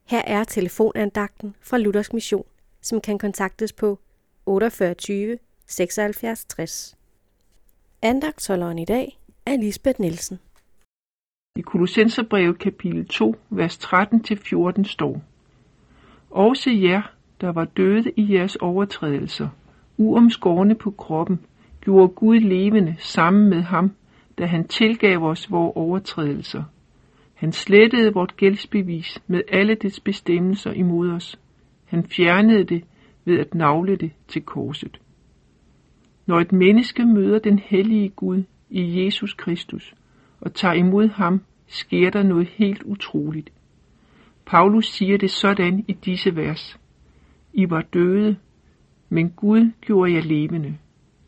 Her er telefonandagten fra Luthersk Mission, som kan kontaktes på 48 76 60. Andagtsholderen i dag er Lisbeth Nielsen. I Kolossenserbrevet kapitel 2, vers 13-14 står: Også jer, der var døde i jeres overtrædelser, uomskårne på kroppen, gjorde Gud levende sammen med ham, da han tilgav os vores overtrædelser. Han slettede vort gældsbevis med alle dets bestemmelser imod os. Han fjernede det ved at nagle det til korset. Når et menneske møder den hellige Gud i Jesus Kristus og tager imod ham, sker der noget helt utroligt. Paulus siger det sådan i disse vers: I var døde, men Gud gjorde jer levende.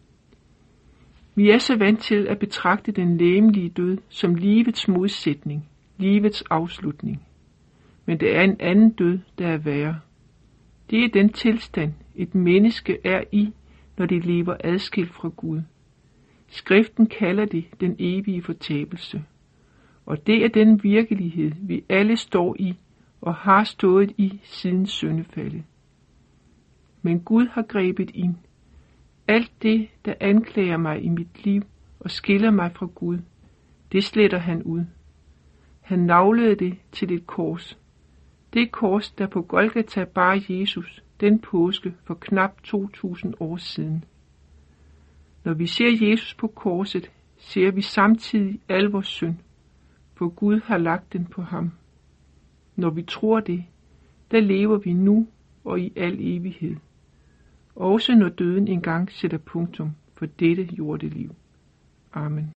Vi er så vant til at betragte den legemlige død som livets modsætning, livets afslutning. Men det er en anden død, der er værre. Det er den tilstand, et menneske er i, når det lever adskilt fra Gud. Skriften kalder det den evige fortabelse. Og det er den virkelighed, vi alle står i og har stået i siden syndefaldet. Men Gud har grebet ind. Alt det, der anklager mig i mit liv og skiller mig fra Gud, det sletter han ud. Han naglede det til et kors. Det kors, der på Golgata bar Jesus den påske for knap 2000 år siden. Når vi ser Jesus på korset, ser vi samtidig al vores synd, for Gud har lagt den på ham. Når vi tror det, der lever vi nu og i al evighed. Også når døden engang sætter punktum for dette jordeliv. Amen.